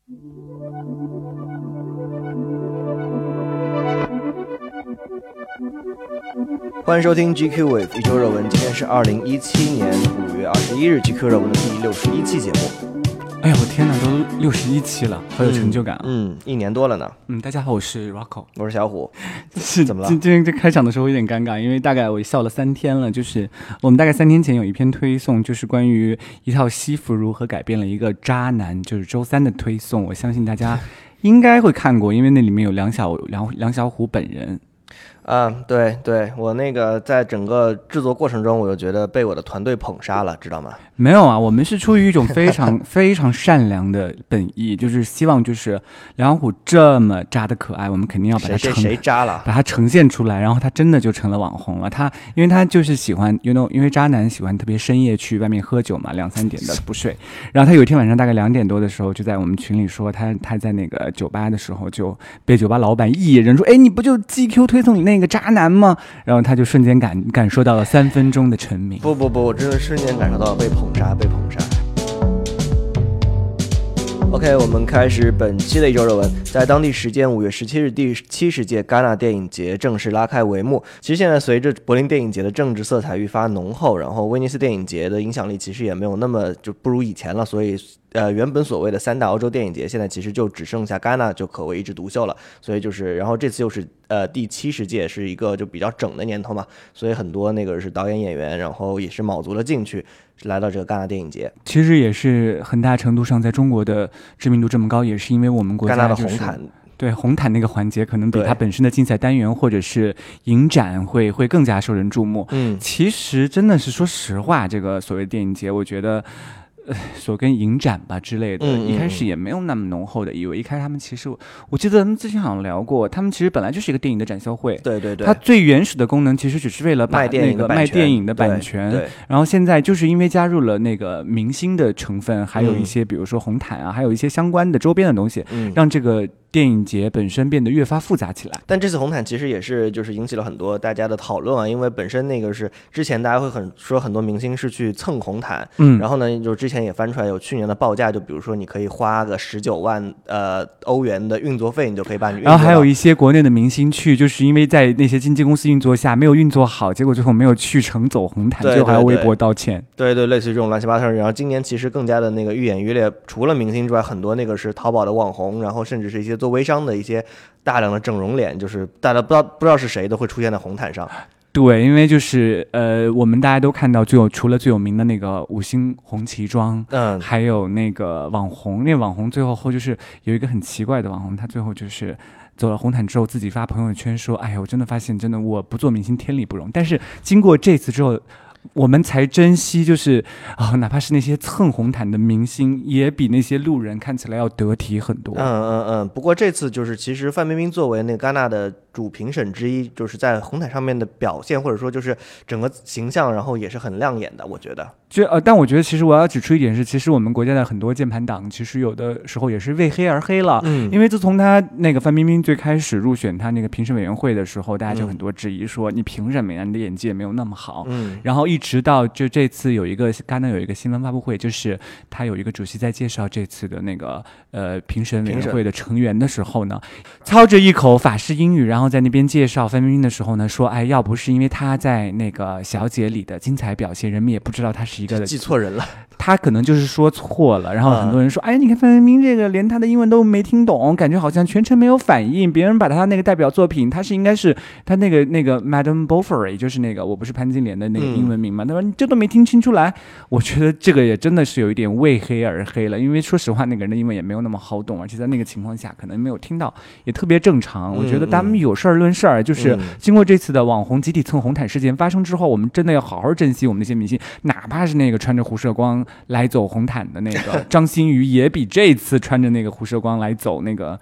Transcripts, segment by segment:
欢迎收听 GQ Wave 一周热文，今天是2017年5月21日 GQ 热文的第61期节目。 哎呀，我天哪，都61期了，好有成就感啊！ 一年多了呢。 大家好，我是 Rocco， 我是小虎。 怎么了？今天这开场的时候有点尴尬，因为大概我笑了3天了。就是我们大概3天前有一篇推送，就是关于一套西服如何改变了一个渣男，就是周3的推送。我相信大家应该会看过，因为那里面有梁小虎本人。 对，我那个在整个制作过程中，我就觉得被我的团队捧杀了，知道吗？ 没有啊，我们是出于一种非常非常善良的本意，就是希望就是梁小虎这么渣的可爱，我们肯定要把他谁渣了， 把他呈现出来，然后他真的就成了网红了。因为他就是喜欢因为渣男喜欢特别深夜去外面喝酒嘛，2、3点的不睡。然后他有一天晚上大概2点多的时候，就在我们群里说他在那个酒吧的时候就被酒吧老板一眼认出，哎，你不就 GQ 推送你那个渣男吗？然后他就瞬间感受到了3分钟的沉迷。 不，我真的瞬间感受到了被捧杀。OK， 我们开始本期的一周热文。在当地时间5月17日，第70届戛纳电影节正式拉开帷幕。其实现在随着柏林电影节的政治色彩愈发浓厚，然后威尼斯电影节的影响力其实也没有那么就不如以前了，所以原本所谓的3大欧洲电影节，现在其实就只剩下戛纳就可谓一枝独秀了。所以然后这次又是第70届，是一个就比较整的年头嘛，所以很多那个是导演演员，然后也是卯足了劲去来到这个戛纳电影节。 其实也是很大程度上在中国的知名度这么高，也是因为我们国家戛纳的红毯。 对，红毯那个环节可能比它本身的竞赛单元或者是影展会更加受人注目。其实真的是说实话，这个所谓电影节，我觉得所跟影展吧之类的，一开始也没有那么浓厚的意味。一开始他们其实我记得咱们之前好像聊过，他们其实本来就是一个电影的展销会。 对， 它最原始的功能其实只是为了把卖电影的版权。 对， 然后现在就是因为加入了那个明星的成分，还有一些比如说红毯啊，还有一些相关的周边的东西，让这个电影节本身变得越发复杂起来。 但这次红毯其实也是就是引起了很多大家的讨论啊，因为本身那个是之前大家会说很多明星是去蹭红毯，然后呢就之前也翻出来有去年的报价，就比如说你可以花个19万欧元的运作费，你就可以把你运作。 然后还有一些国内的明星去，就是因为在那些经纪公司运作下没有运作好，结果最后没有去成走红毯，最后还要微博道歉。 对，类似于这种乱七八糟。然后今年其实更加的那个愈演愈烈，除了明星之外，很多那个是淘宝的网红，然后甚至是一些做微商的一些大量的整容脸，就是大家不知道是谁都会出现在红毯上。 对，因为就是我们大家都看到除了最有名的那个5星红旗装，还有那个网红，那个网红最后就是有一个很奇怪的网红，他最后就是走了红毯之后自己发朋友圈说，哎呀，我真的发现真的我不做明星天理不容。但是经过这次之后，我们才珍惜，就是哪怕是那些蹭红毯的明星，也比那些路人看起来要得体很多。 不过这次就是其实范冰冰作为那个戛纳的主评审之一，就是在红毯上面的表现，或者说就是整个形象，然后也是很亮眼的，我觉得。 但我觉得其实我要指出一点是，其实我们国家的很多键盘党其实有的时候也是为黑而黑了。因为自从他那个范冰冰最开始入选他那个评审委员会的时候，大家就很多质疑说，你凭什么呀？你的演技也没有那么好。然后一直到就这次戛纳有一个新闻发布会，就是他有一个主席在介绍这次的那个评审委员会的成员的时候呢，操着一口法式英语，然后在那边介绍范冰冰的时候呢，说，哎，要不是因为他在那个小姐里的精彩表现，人们也不知道他是一个记错人了。 他可能就是说错了，然后很多人说，哎，你看范冰冰这个连他的英文都没听懂，感觉好像全程没有反应。别人把他那个代表作品，他是应该是他那个 Madame Bovary， 就是那个我不是潘金莲的那个英文名嘛。他说你这都没听清出来。我觉得这个也真的是有一点为黑而黑了，因为说实话，那个人的英文也没有那么好懂，而且在那个情况下可能没有听到，也特别正常。我觉得咱们有事儿论事儿，就是经过这次的网红集体蹭红毯事件发生之后，我们真的要好好珍惜我们那些明星，哪怕是那个穿着胡射光来走红毯的那个张馨予，也比这次穿着那个胡射光来走那个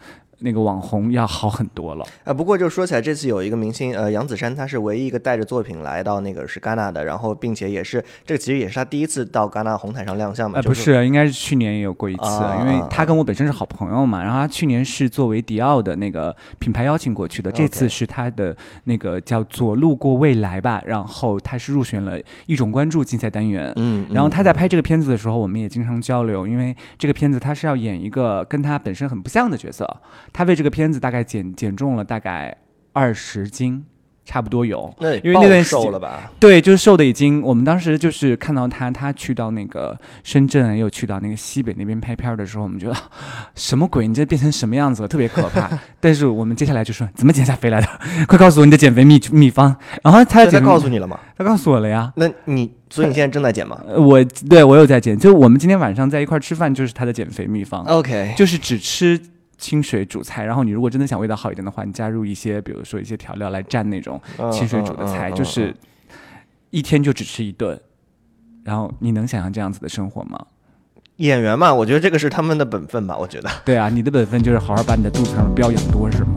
那个网红要好很多了不过就说起来，这次有一个明星杨子姗，她是唯一一个带着作品来到那个是戛纳的，然后并且也是这个其实也是她第一次到戛纳红毯上亮相嘛。 不是，应该是去年也有过一次，因为她跟我本身是好朋友嘛，然后她去年是作为迪奥的那个品牌邀请过去的，这次是她的那个叫做路过未来吧，然后她是入选了一种关注竞赛单元，然后她在拍这个片子的时候，我们也经常交流，因为这个片子她是要演一个跟她本身很不像的角色，她为这个片子大概减重了大概20斤。差不多有，因为那段瘦了吧？ 对，就是瘦的已经。我们当时就是看到他去到那个深圳，又去到那个西北那边拍片的时候，我们觉得什么鬼？你这变成什么样子了？特别可怕。但是我们接下来就说怎么减下肥来的？快告诉我你的减肥秘方。然后他告诉你了吗？ 他告诉我了呀。 那所以你现在正在减吗？ 我有在减，就我们今天晚上在一块吃饭，就是他的减肥秘方。 OK， 就是只吃清水煮菜，然后你如果真的想味道好一点的话，你加入一些比如说一些调料来蘸那种清水煮的菜，就是一天就只吃一顿，然后你能想象这样子的生活吗？ 演员嘛，我觉得这个是他们的本分吧，我觉得。 对啊，你的本分就是好好把你的肚子上的膘养多，是吗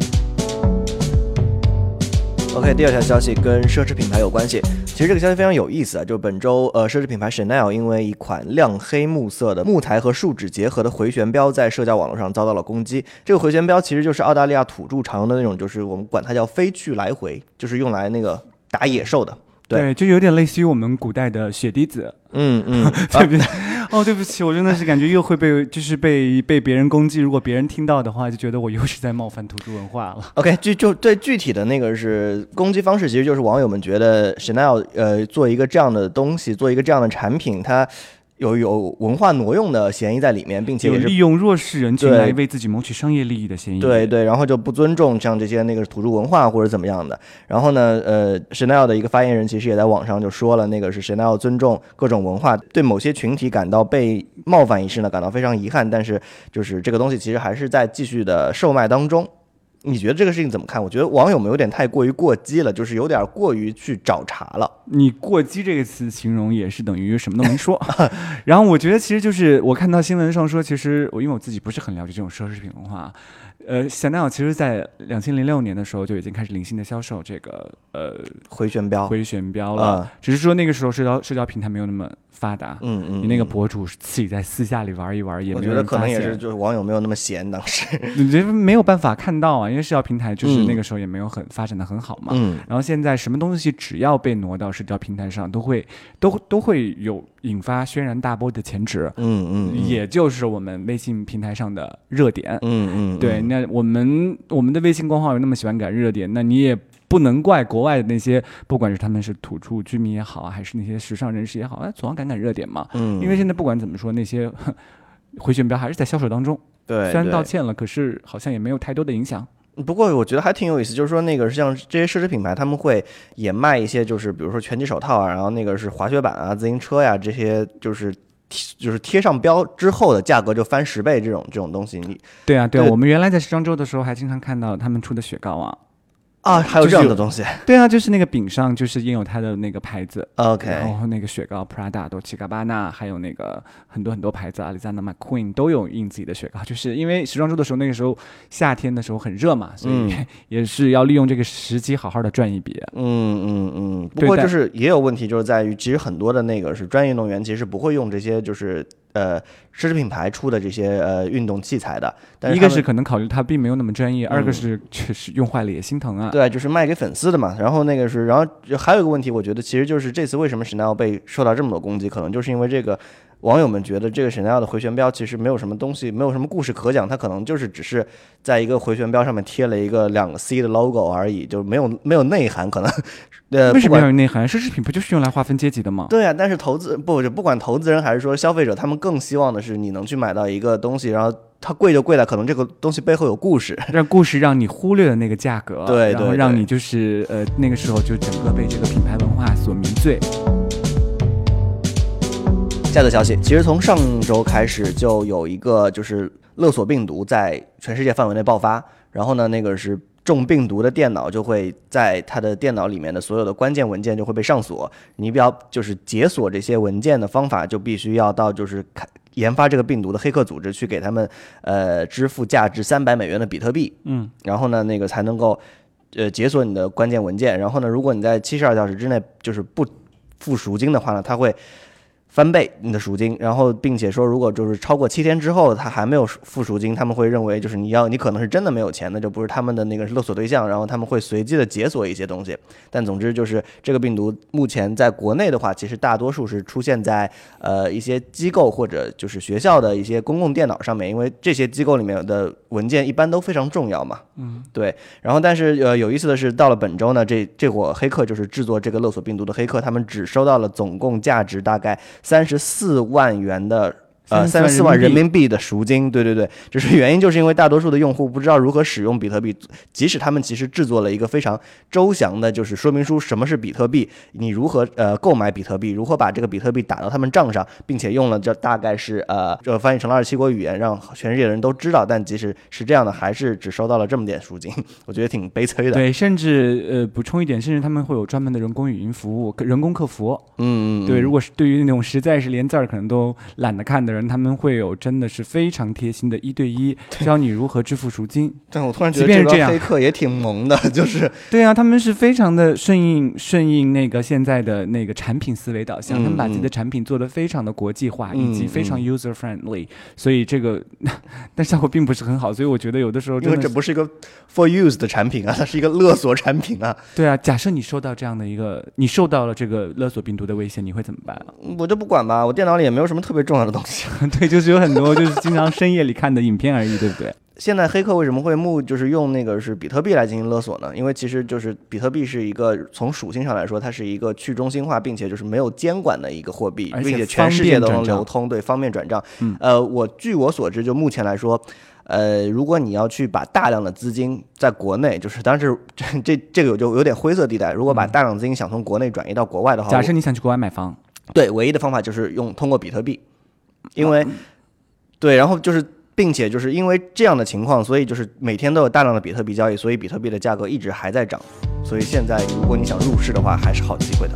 ？OK， 第二条消息跟奢侈品牌有关系。其实这个消息非常有意思啊，就本周奢侈品牌 Chanel 因为一款亮黑木色的木材和树脂结合的回旋镖在社交网络上遭到了攻击。这个回旋镖其实就是澳大利亚土著常用的那种，就是我们管它叫飞去来回，就是用来那个打野兽的。 对，就有点类似于我们古代的血滴子。对不对？哦，对不起，我真的是感觉又会被别人攻击。如果别人听到的话，就觉得我又是在冒犯土著文化了。 OK， 对具体的那个是攻击方式，其实就是网友们觉得 Chanel 做一个这样的东西，做一个这样的产品，它有文化挪用的嫌疑在里面，并且也是有利用弱势人群来为自己谋取商业利益的嫌疑。 对，然后就不尊重像这些那个土著文化或者怎么样的。然后呢，Chanel 的一个发言人其实也在网上就说了，那个是 Chanel 尊重各种文化，对某些群体感到被冒犯一事呢感到非常遗憾，但是就是这个东西其实还是在继续的售卖当中。你觉得这个事情怎么看？我觉得网友们有点太过于过激了，就是有点过于去找茬了。 你过激这个词形容也是等于什么都没说。然后我觉得其实就是我看到新闻上说，其实因为我自己不是很了解这种奢侈品文化。Chanel 其实在2006年的时候就已经开始零星的销售这个回旋镖了，只是说那个时候社交平台没有那么发达，你那个博主自己在私下里玩一玩，也没有人发现。 我觉得可能也是就是网友没有那么闲，当时你觉得没有办法看到啊，因为社交平台就是那个时候也没有发展的很好嘛。然后现在什么东西只要被挪到社交平台上，都会有引发轩然大波的前值。也就是我们微信平台上的热点。对，那我们的微信公号有那么喜欢赶热点，那你也不能怪国外的那些，不管是他们是土著居民也好啊，还是那些时尚人士也好，总要赶热点嘛。因为现在不管怎么说，那些回旋镖还是在销售当中。 对， 虽然道歉了，可是好像也没有太多的影响。 不过我觉得还挺有意思，就是说那个像这些奢侈品牌，他们会也卖一些，就是比如说拳击手套啊，然后那个是滑雪板啊、自行车呀，这些就是贴上标之后的价格就翻10倍这种东西。 对啊，我们原来在时装周的时候还经常看到他们出的雪糕还有这样的东西。 对啊，就是那个饼上就是印有它的那个牌子。 OK， 然后那个雪糕 Prada、多奇嘎巴纳，还有那个很多牌子Alexander McQueen 都有印自己的雪糕，就是因为时装周的时候，那个时候夏天的时候很热嘛，所以也是要利用这个时机好好的赚一笔。 不过就是也有问题，就是在于其实很多的那个是专业运动员其实不会用这些就是奢侈品牌出的这些运动器材的。但是一个是可能考虑它并没有那么专业，二个是确实用坏了也心疼啊。 对，就是卖给粉丝的嘛。然后还有一个问题，我觉得其实就是这次为什么 Chanel 被受到这么多攻击，可能就是因为这个网友们觉得这个 Chanel 的回旋镖其实没有什么东西，没有什么故事可讲，它可能就是只是在一个回旋镖上面贴了一个2个 C 的 logo 而已，就没有内涵，可能。 为什么要有内涵？奢侈品不就是用来划分阶级的吗？ 对啊，但是不管投资人还是说消费者，他们更希望的是你能去买到一个东西，然后它贵就贵在可能这个东西背后有故事， 让故事让你忽略了那个价格， 对， 然后让你就是那个时候就整个被这个品牌文化所迷醉。 下则消息，其实从上周开始就有一个就是勒索病毒在全世界范围内爆发，然后呢，那个是中病毒的电脑就会在它的电脑里面的所有的关键文件就会被上锁，你就是解锁这些文件的方法就必须要到就是研发这个病毒的黑客组织去给他们支付价值$300的比特币，然后呢那个才能够解锁你的关键文件，然后呢如果你在72小时之内就是不付赎金的话呢，它会翻倍你的赎金，然后并且说如果就是超过7天之后他还没有付赎金，他们会认为就是你可能是真的没有钱，那就不是他们的那个勒索对象，然后他们会随机的解锁一些东西。但总之就是这个病毒目前在国内的话，其实大多数是出现在一些机构或者就是学校的一些公共电脑上面，因为这些机构里面的文件一般都非常重要嘛。对。然后但是有意思的是，到了本周呢，这伙黑客就是制作这个勒索病毒的黑客，他们只收到了总共价值大概34万元的34万人民币的赎金。对，就是原因就是因为大多数的用户不知道如何使用比特币，即使他们其实制作了一个非常周详的就是说明书，什么是比特币，你如何购买比特币，如何把这个比特币打到他们账上，并且用了这大概是这翻译成了27国语言，让全世界的人都知道，但即使是这样的，还是只收到了这么点赎金，我觉得挺悲催的。 对，甚至补充一点，甚至他们会有专门的人工语音服务、人工客服。对，如果是对于那种实在是连字儿可能都懒得看的人，他们会有真的是非常贴心的1对1教你如何支付赎金。 但我突然觉得这个黑客也挺萌的，就是对啊，他们是非常的顺应那个现在的那个产品思维导向，他们把自己的产品做得非常的国际化，以及非常 user friendly，所以这个但效果并不是很好，所以我觉得有的时候因为这不是一个 for use 的产品啊，它是一个勒索产品啊。 对啊，假设你受到这样的一个，你受到了这个勒索病毒的威胁，你会怎么办啊？ 我就不管吧，我电脑里也没有什么特别重要的东西。 对，就是有很多就是经常深夜里看的影片而已，对不对？ 现在黑客为什么会就是用那个是比特币来进行勒索呢？因为其实就是比特币是一个从属性上来说，它是一个去中心化并且就是没有监管的一个货币，并且全世界都能流通，对，方便转账。据我所知，就目前来说，如果你要去把大量的资金在国内，就是当时这个就有点灰色地带，如果把大量的资金想从国内转移到国外的话， 假设你想去国外买房， 对，唯一的方法就是通过比特币，因为对，然后就是。并且就是因为这样的情况，所以就是每天都有大量的比特币交易，所以比特币的价格一直还在涨。所以现在如果你想入市的话，还是好机会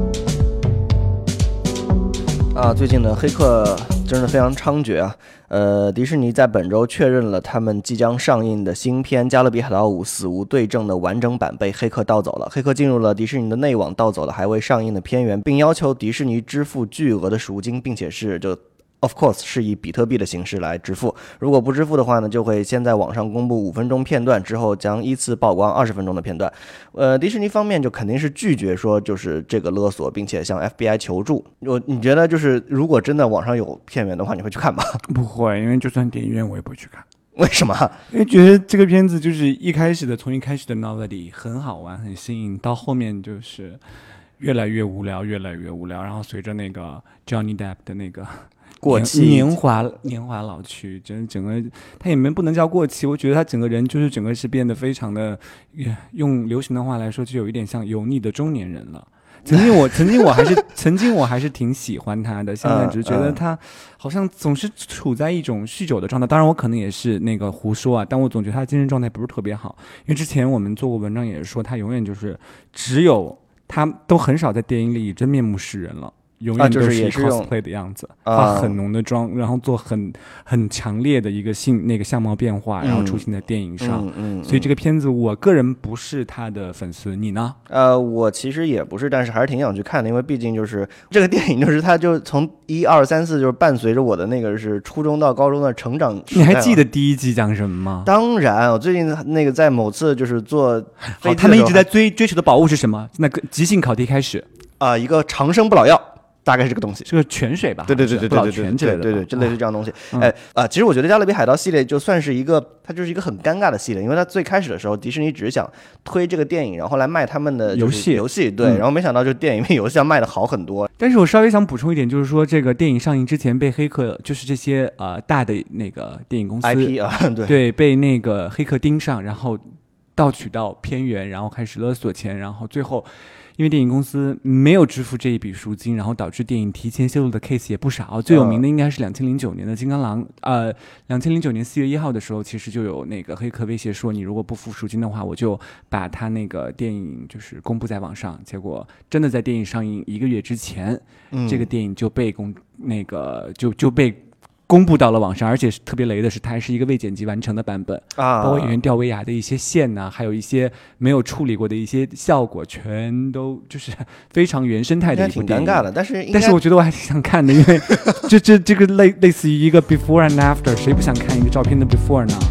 的。最近的黑客真的非常猖獗啊！迪士尼在本周确认了他们即将上映的新片《加勒比海盗5：死无对证》的完整版被黑客盗走了。黑客进入了迪士尼的内网，盗走了还未上映的片源，并要求迪士尼支付巨额的赎金，并且是Of course 是以比特币的形式来支付，如果不支付的话呢，就会先在网上公布5分钟片段，之后将依次曝光20分钟的片段。迪士尼方面就肯定是拒绝说就是这个勒索，并且向 FBI 求助。你觉得就是如果真的网上有片源的话，你会去看吗？ 不会，因为就算电影院我也不会去看。 为什么？ 因为觉得这个片子就是从一开始的 novelty 很好玩很新颖，到后面就是越来越无聊，然后随着那个 Johnny Depp 的那个过气年华老去，整个他也不能叫过气，我觉得他整个人就是整个是变得非常的，用流行的话来说，就有一点像油腻的中年人了。曾经我还是挺喜欢他的，现在只是觉得他好像总是处在一种酗酒的状态。当然我可能也是那个胡说啊，但我总觉得他的精神状态不是特别好。因为之前我们做过文章也是说，他永远就是只有他都很少在电影里以真面目示人了。永远都是以 cosplay 的样子，化很浓的妆，然后做很强烈的一个相貌变化，然后出现在电影上。所以这个片子我个人不是他的粉丝，你呢？ 我其实也不是，但是还是挺想去看的，因为毕竟就是这个电影，就是它就从1、2、3、4就是伴随着我的那个是初中到高中的成长。 你还记得第一集讲什么吗？ 当然，我最近那个在某次就是坐飞机的时候， 他们一直在追求的宝物是什么？那个即兴考题开始一个长生不老药。大概是这个东西， 是个泉水吧？ 对，不老泉之类的，对，这类似这样东西。其实我觉得《加勒比海盗》系列就算是它就是一个很尴尬的系列，因为它最开始的时候，迪士尼只是想推这个电影，然后来卖他们的游戏，对，然后没想到就电影比游戏要卖的好很多。 但是我稍微想补充一点，就是说这个电影上映之前被黑客，就是这些大的那个电影公司 IP 对，被那个黑客盯上，然后盗取到片源，然后开始勒索钱，然后最后。因为电影公司没有支付这一笔赎金，然后导致电影提前泄露的 case 也不少。最有名的应该是2009年的《金刚狼》，2009年4月1号的时候，其实就有那个黑客威胁说，你如果不付赎金的话，我就把他那个电影就是公布在网上。结果真的在电影上映1个月之前，这个电影就被就被公布到了网上，而且是特别雷的是，它还是一个未剪辑完成的版本包括演员吊威亚的一些线呐，还有一些没有处理过的一些效果，全都就是非常原生态的一部电影。 挺尴尬的，但是我觉得我还挺想看的，因为这个类似于一个 before and after， 谁不想看一个照片的 before 呢？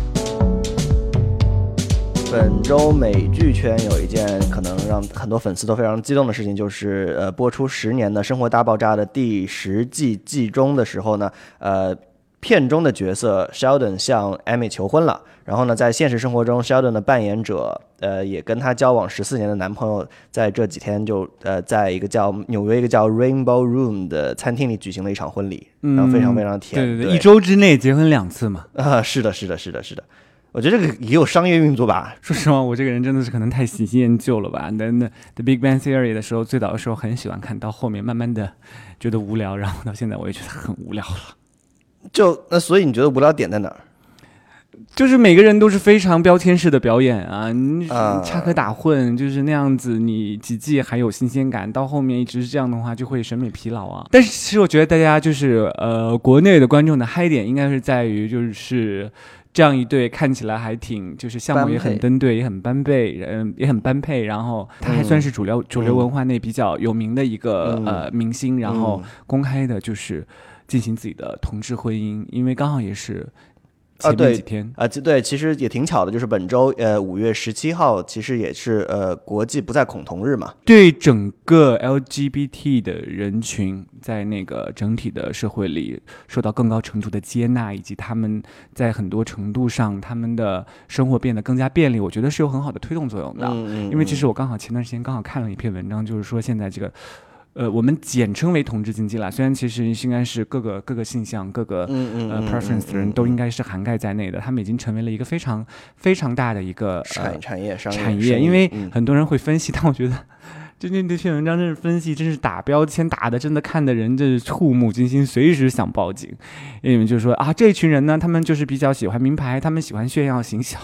本周美剧圈有一件可能让很多粉丝都非常激动的事情，就是播出10年的《生活大爆炸》的第10季季中的时候呢，片中的角色 Sheldon 向 Amy 求婚了。然后呢，在现实生活中 Sheldon 的扮演者也跟他交往14年的男朋友在这几天就在纽约一个叫 Rainbow Room 的餐厅里举行了一场婚礼，然后非常非常甜。 对，1周之内结婚2次嘛。 是的。我觉得这个也有商业运作吧。 说实话，我这个人真的是可能太喜新厌旧了吧。那 The Big Bang Theory 的时候，最早的时候很喜欢看，到后面慢慢的觉得无聊，然后到现在我也觉得很无聊了。 所以你觉得无聊点在哪儿？ 就是每个人都是非常标签式的表演啊，你插科打诨，就是那样子，你几季还有新鲜感，到后面一直是这样的话，就会审美疲劳啊。但是其实我觉得大家就是国内的观众的嗨点应该是在于就是这样一对看起来还挺就是项目也很登对，也很般配，然后他还算是主流文化内比较有名的一个明星，然后公开的就是进行自己的同志婚姻，因为刚好也是前面几天对，其实也挺巧的，就是本周5月17号，其实也是国际不再恐同日嘛。 对整个 LGBT 的人群，在那个整体的社会里受到更高程度的接纳，以及他们在很多程度上他们的生活变得更加便利，我觉得是有很好的推动作用的。因为其实我刚好前段时间看了一篇文章，就是说现在这个我们简称为同志经济啦，虽然其实应该是各个性向、各个preference 的人都应该是涵盖在内的，他们已经成为了一个非常非常大的一个产业， 因为很多人会分析，但我觉得这篇文章真是分析，真是打标签打的，真的看的人真是触目惊心，随时想报警。因为就是说啊，这群人呢，他们就是比较喜欢名牌，他们喜欢炫耀型消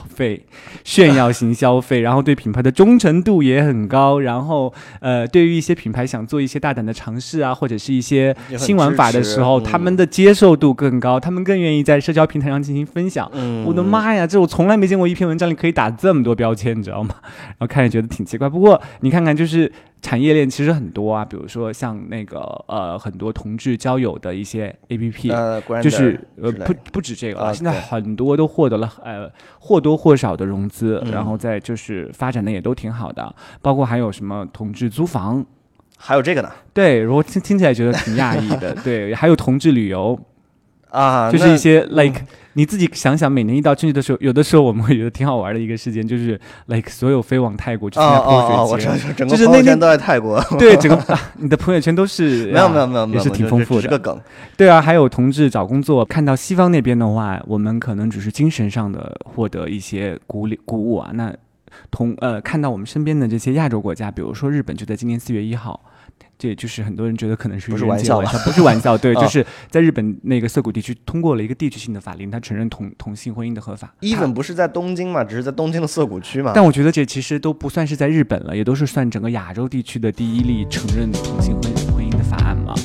费，然后对品牌的忠诚度也很高，然后对于一些品牌想做一些大胆的尝试啊，或者是一些新玩法的时候，他们的接受度更高，他们更愿意在社交平台上进行分享。我的妈呀，这我从来没见过一篇文章里可以打这么多标签，你知道吗？然后看着觉得挺奇怪。不过你看看，就是产业链其实很多啊，比如说像那个很多同志交友的一些 APP，就是不止这个，现在很多都获得了或多或少的融资，然后再就是发展的也都挺好的，包括还有什么同志租房， 还有这个呢？ 对，我听起来觉得挺讶异的。对，还有同志旅游啊，就是一些 like。你自己想想，每年一到春节的时候，有的时候我们会觉得挺好玩的一个事件，就是 like 所有飞往泰国去参加泼水节， 整个朋友圈都在泰国。 对，整个你的朋友圈都是没有， 也是挺丰富的， 是个梗。 对啊，还有同志找工作，看到西方那边的话，我们可能只是精神上的获得一些鼓舞啊。那看到我们身边的这些亚洲国家，比如说日本，就在今年4月1号。这就是很多人觉得可能是不是玩笑， 不是玩笑，对，就是在日本那个涩谷地区通过了一个地区性的法令，它承认同性婚姻的合法。 even 不是在东京嘛，只是在东京的涩谷区嘛。 但我觉得这其实都不算是在日本了，也都是算整个亚洲地区的第一例承认同性婚姻的法案嘛。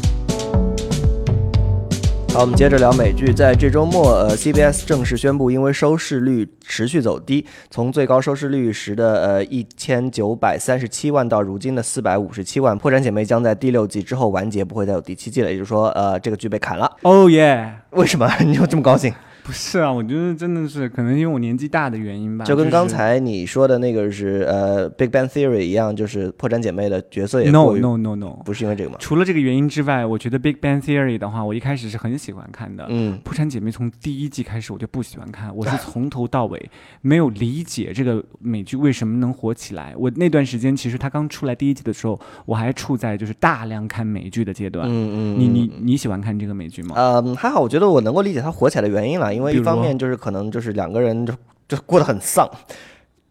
好，我们接着聊美剧。在这周末CBS 正式宣布，因为收视率持续走低，从最高收视率时的1937万到如今的457万，破产姐妹将在第6季之后完结，不会再有第7季了。也就是说这个剧被砍了。 Oh yeah， 为什么你有这么高兴？ 不是啊，我觉得真的是可能因为我年纪大的原因吧， 就跟刚才你说的那个是Big Bang Theory 一样，就是破产姐妹的角色也过于 No， 不是因为这个吗？ 除了这个原因之外，我觉得 Big Bang Theory 的话，我一开始是很喜欢看的。破产姐妹从第1季开始我就不喜欢看，我是从头到尾没有理解这个美剧为什么能火起来。我那段时间其实它刚出来第1季的时候，我还处在就是大量看美剧的阶段。你喜欢看这个美剧吗？ 还好，我觉得我能够理解它火起来的原因了。因为一方面就是可能就是两个人就过得很丧，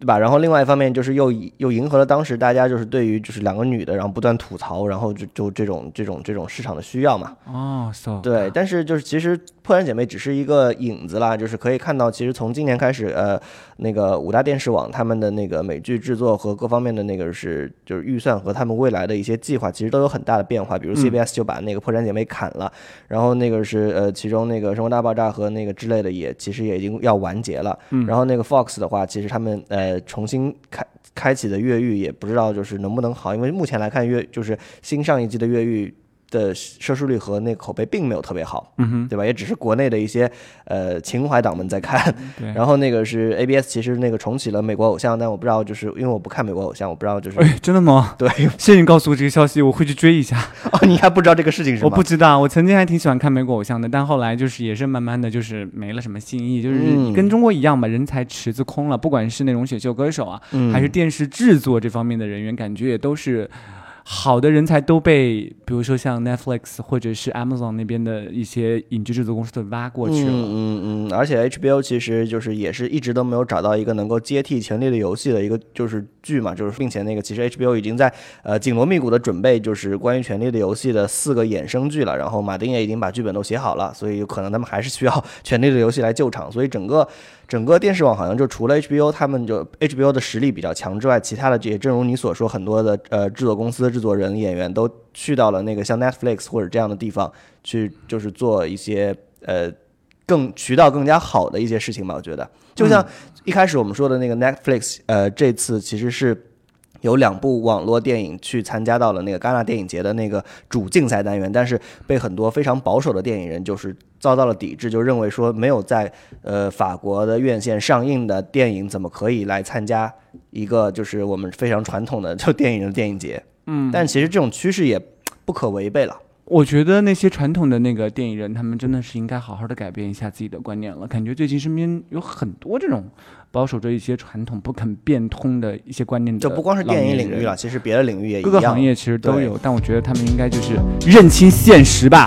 对吧？然后另外一方面就是又迎合了当时大家就是对于就是两个女的，然后不断吐槽，然后就这种市场的需要嘛。对，但是就是其实破产姐妹只是一个影子啦，就是可以看到，其实从今年开始，那个5大电视网他们的那个美剧制作和各方面的那个就是预算和他们未来的一些计划，其实都有很大的变化。比如 CBS 就把那个破产姐妹砍了，然后那个是其中那个生活大爆炸和那个之类的其实也已经要完结了。然后那个 Fox 的话，其实他们重新开启的越狱也不知道就是能不能好，因为目前来看就是新上一季的越狱的收视率和那个口碑并没有特别好，对吧？也只是国内的一些情怀党们在看。然后那个是 ABS 其实那个重启了美国偶像，但我不知道就是因为我不看美国偶像，我不知道就是真的吗？ 对， 谢谢你告诉我这个消息，我会去追一下。 你还不知道这个事情是吗？ 我不知道，我曾经还挺喜欢看美国偶像的，但后来就是也是慢慢的就是没了什么新意，就是跟中国一样吧，人才池子空了，不管是那种选秀歌手啊，还是电视制作这方面的人员，感觉也都是。好的人才都被比如说像 Netflix 或者是 Amazon 那边的一些影剧制作公司都挖过去了。 而且 HBO 其实就是也是一直都没有找到一个能够接替《权力的游戏》的一个就是剧嘛，就是并且那个其实 HBO 已经在紧锣密鼓的准备就是关于《权力的游戏》的4个衍生剧了，然后马丁也已经把剧本都写好了，所以有可能他们还是需要《权力的游戏》来救场，所以整个电视网好像就除了 HBO 他们就 HBO 的实力比较强之外，其他的也正如你所说，很多的制作公司、制作人、演员都去到了那个像 Netflix 或者这样的地方去，就是做一些渠道更加好的一些事情吧。我觉得就像一开始我们说的那个 Netflix，这次其实是有2部网络电影去参加到了那个戛纳电影节的那个主竞赛单元，但是被很多非常保守的电影人就是遭到了抵制，就认为说没有在法国的院线上映的电影怎么可以来参加一个就是我们非常传统的就电影的电影节。但其实这种趋势也不可违背了。 我觉得那些传统的那个电影人，他们真的是应该好好的改变一下自己的观念了。感觉最近身边有很多这种保守着一些传统不肯变通的一一些观念的， 就不光是电影领域了，其实别的领域也一样， 各个行业其实都有。但我觉得他们应该就是认清现实吧。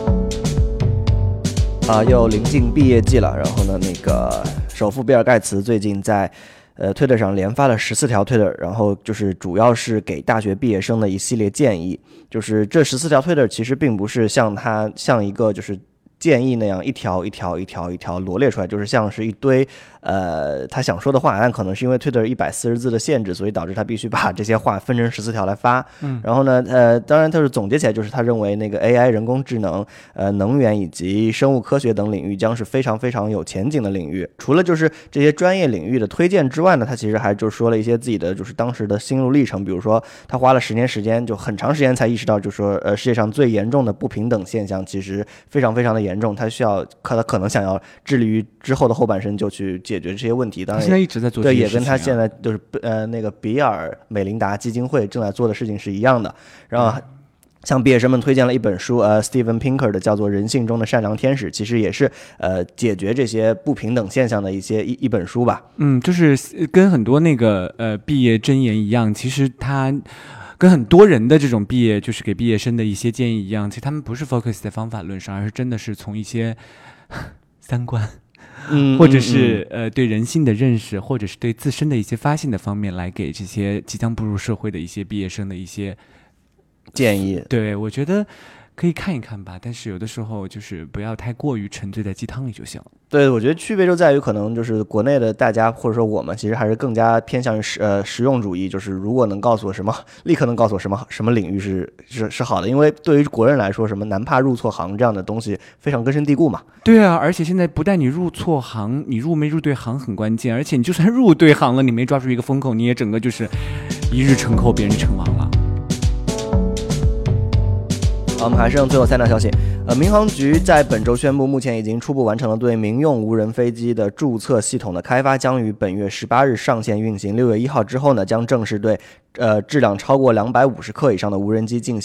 又临近毕业季了，然后呢，那个首富比尔盖茨最近在Twitter 上连发了14条 Twitter， 然后就是主要是给大学毕业生的一系列建议。就是这14条 Twitter 其实并不是像一个就是建议那样一条一条罗列出来，就是像是一堆他想说的话，但可能是因为 Twitter 140字的限制，所以导致他必须把这些话分成14条来发。然后呢，当然他是总结起来，就是他认为那个 AI 人工智能、能源以及生物科学等领域将是非常非常有前景的领域。除了就是这些专业领域的推荐之外呢，他其实还就说了一些自己的就是当时的心路历程，比如说他花了10年时间，就很长时间才意识到，就说世界上最严重的不平等现象其实非常非常的严重，他可能想要致力于之后的后半生就去解决这些问题。当然他现在一直在做这些事情，对，也跟他现在就是那个比尔美琳达基金会正在做的事情是一样的。然后向毕业生们推荐了一本书Steven Pinker 的叫做《人性中的善良天使》，其实也是解决这些不平等现象的一本书吧。 就是跟很多那个毕业箴言一样，其实他跟很多人的这种毕业就是给毕业生的一些建议一样，其实他们不是 focus 在方法论上，而是真的是从一些三观或者是对人性的认识，或者是对自身的一些发现的方面来给这些即将步入社会的一些毕业生的一些建议。 对，我觉得可以看一看吧，但是有的时候就是不要太过于沉醉在鸡汤里就行了。 对，我觉得区别就在于可能就是国内的大家或者说我们其实还是更加偏向于实用主义，就是如果能告诉我什么，立刻能告诉我什么领域是好的，因为对于国人来说，什么男怕入错行这样的东西非常根深蒂固嘛。 对啊，而且现在不但你入错行，你入没入对行很关键，而且你就算入对行了，你没抓住一个风口，你也整个就是一日成寇，别人成王了。 好，我们还是用最后3条消息。民航局在本周宣布，目前已经初步完成了对民用无人飞机的注册系统的开发，将于本月18日上线运行。6月1号之后呢，将正式对质量超过250克以上的无人机进行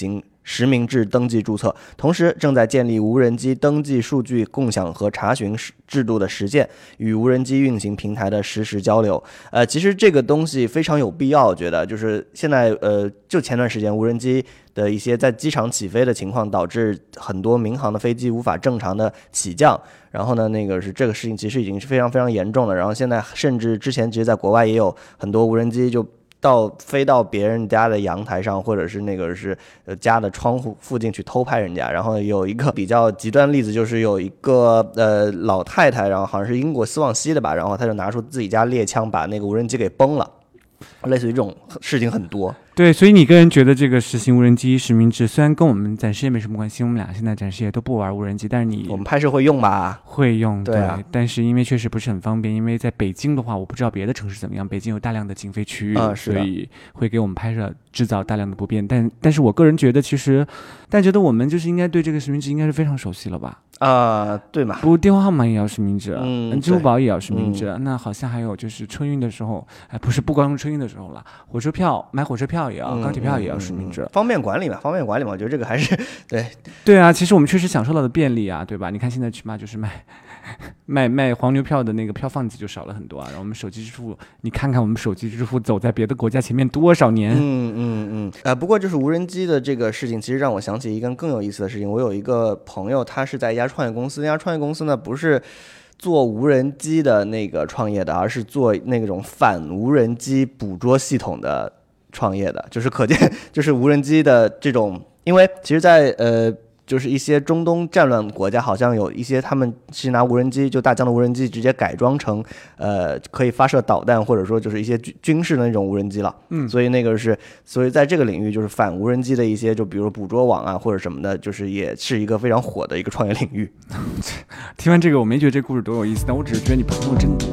实名制登记注册，同时正在建立无人机登记数据共享和查询制度的实践，与无人机运行平台的实时交流。其实这个东西非常有必要，我觉得就是现在就前段时间无人机的一些在机场起飞的情况，导致很多民航的飞机无法正常的起降。然后呢，这个事情其实已经是非常非常严重了。然后现在甚至之前其实在国外也有很多无人机就飞到别人家的阳台上，或者是家的窗户附近去偷拍人家。然后有一个比较极端的例子，就是有一个老太太，然后好像是英国斯旺西的吧，然后她就拿出自己家猎枪把那个无人机给崩了。类似于这种事情很多。 对，所以你个人觉得这个实行无人机实名制，虽然跟我们暂时也没什么关系，我们俩现在暂时也都不玩无人机，但是我们拍摄会用吧？ 会用， 对啊。 但是因为确实不是很方便，因为在北京的话，我不知道别的城市怎么样，北京有大量的禁飞区域，所以会给我们拍摄制造大量的不便。但是我个人觉得，觉得我们就是应该对这个实名制应该是非常熟悉了吧？ 对嘛？ 不，电话号码也要实名制，支付宝也要实名制。那好像还有就是春运的时候，不光是春运的时候了，买火车票也要，高铁票也要实名制， 方便管理嘛，我觉得这个还是对啊。其实我们确实享受到的便利啊，对吧？你看现在起码就是卖黄牛票的那个票放机就少了很多啊。然后我们手机支付，你看看我们手机支付走在别的国家前面多少年。 不过就是无人机的这个事情，其实让我想起一个更有意思的事情。我有一个朋友，他是在一家创业公司，那家创业公司呢不是做无人机的那个创业的，而是做那种反无人机捕捉系统的创业的。就是可见，就是无人机的这种，因为其实在就是一些中东战乱国家，好像有一些他们是拿无人机，就大疆的无人机直接改装成可以发射导弹，或者说就是一些军事的那种无人机了。所以在这个领域，就是反无人机的一些，就比如捕捉网啊或者什么的，就是也是一个非常火的一个创业领域。 听完这个，我没觉得这故事多有意思，但我只是觉得你朋友真多。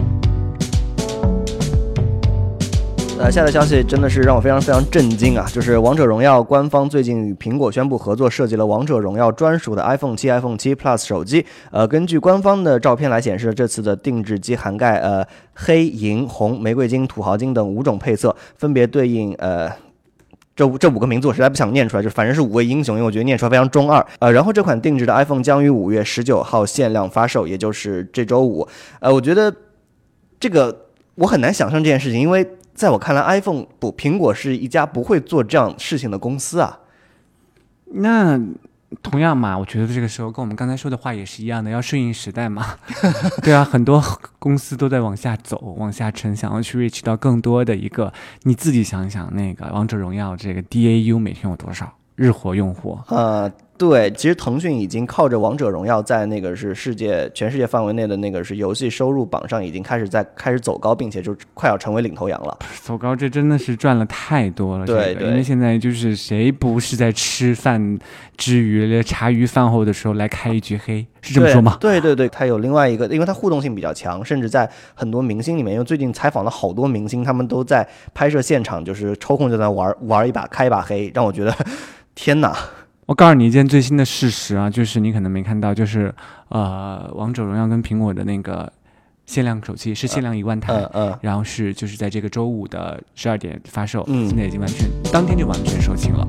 下的消息真的是让我非常非常震惊啊！就是王者荣耀官方最近与苹果宣布合作，设计了王者荣耀专属的 iPhone 7、iPhone 7 Plus 手机。根据官方的照片来显示，这次的定制机涵盖黑、银、红、玫瑰金、土豪金等5种配色，分别对应这5个名字我实在不想念出来，就反正是5位英雄，因为我觉得念出来非常中二。然后这款定制的 iPhone 将于5月19号限量发售，也就是这周五。我觉得这个我很难想象这件事情，因为在我看来苹果是一家不会做这样事情的公司啊。 那同样嘛，我觉得这个时候跟我们刚才说的话也是一样的，要顺应时代嘛。对啊，很多公司都在往下走，往下沉，想要去 reach 到更多的一个。你自己想想，那个王者荣耀这个 DAU 每天有多少日活用户？ 对，其实腾讯已经靠着王者荣耀在那个是全世界范围内的那个是游戏收入榜上已经开始走高，并且就快要成为领头羊了。 走高，这真的是赚了太多了。 对， 因为现在就是谁不是在吃饭之余茶余饭后的时候来开一局黑，是这么说吗？ 对，它有另外一个，因为它互动性比较强，甚至在很多明星里面，因为最近采访了好多明星，他们都在拍摄现场就是抽空就在玩一把，开一把黑，让我觉得天哪。 我告诉你一件最新的事实啊，就是你可能没看到，就是王者荣耀跟苹果的那个限量手机是限量1万台，然后就是在这个周五的12点发售，现在已经当天就完全售罄了。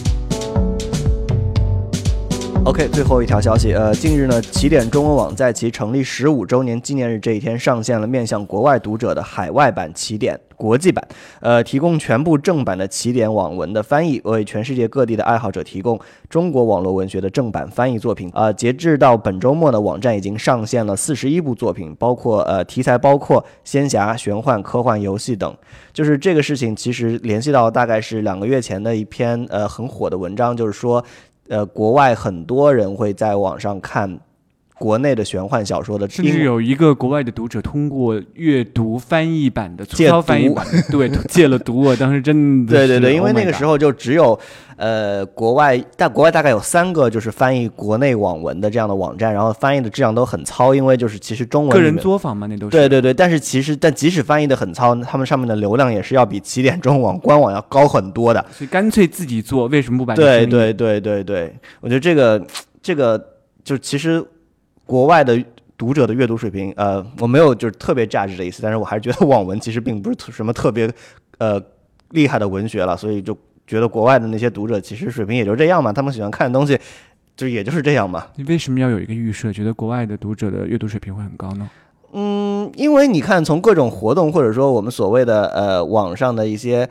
OK， 最后一条消息，近日呢，起点中文网在其成立15周年纪念日这一天上线了面向国外读者的海外版起点国际版，提供全部正版的起点网文的翻译，为全世界各地的爱好者提供中国网络文学的正版翻译作品。截至到本周末呢，网站已经上线了41部作品，题材包括仙侠、玄幻、科幻、游戏等。就是这个事情其实联系到大概是2个月前的一篇很火的文章，就是说国外很多人会在网上看国内的玄幻小说的， 甚至有一个国外的读者通过阅读翻译版的粗糙翻译版，对，借了读。我当时真的是对，因为那个时候就只有国外大概有3个就是翻译国内网文的这样的网站，然后翻译的质量都很糙，因为就是其实中文个人作坊嘛，那都是对，但即使翻译的很糙，他们上面的流量也是要比起点中网官网要高很多的， 所以干脆自己做，为什么不把对，我觉得这个就其实国外的读者的阅读水平，我没有就是特别价值的意思，但是我还是觉得网文其实并不是什么特别厉害的文学了，所以就觉得国外的那些读者其实水平也就这样嘛，他们喜欢看的东西就也就是这样嘛。 你为什么要有一个预设，觉得国外的读者的阅读水平会很高呢？ 因为你看从各种活动或者说我们所谓的网上的一些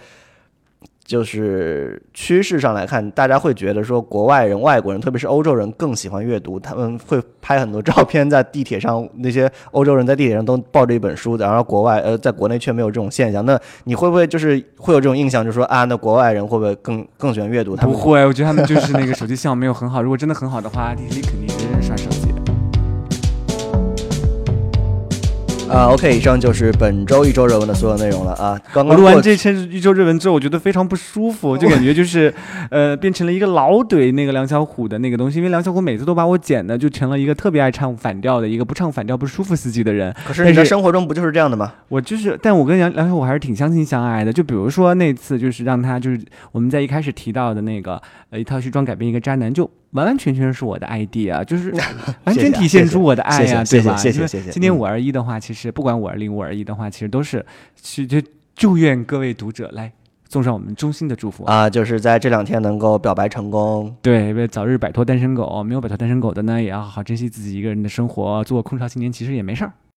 就是趋势上来看，大家会觉得说国外人、外国人，特别是欧洲人更喜欢阅读，他们会拍很多照片在地铁上，那些欧洲人在地铁上都抱着一本书，然后国外在国内却没有这种现象。那你会不会就是会有这种印象，就是说啊，那国外人会不会更喜欢阅读？他们不会，我觉得他们就是那个手机效没有很好。如果真的很好的话，地铁里肯定人人刷手机。 OK， 以上就是本周一周热文的所有内容了啊。刚刚我录完这一周热文之后，我觉得非常不舒服，就感觉就是变成了一个老怼那个梁小虎的那个东西，因为梁小虎每次都把我剪的就成了一个特别爱唱反调的一个不唱反调不舒服司机的人。 可是你在生活中不就是这样的吗？ 我就是，但我跟梁小虎还是挺相亲相爱的。就比如说那次，就是让他就是我们在一开始提到的那个一套西装改变一个渣男，就完完全全是我的 idea 啊，就是完全体现出我的爱呀，对吧？ 谢谢。 今年521的话，其实不管520、521的话，其实都是就祝愿各位读者来送上我们衷心的祝福啊，就是在这2天能够表白成功， 对，早日摆脱单身狗。没有摆脱单身狗的呢，也要好好珍惜自己一个人的生活，做空巢青年其实也没事儿。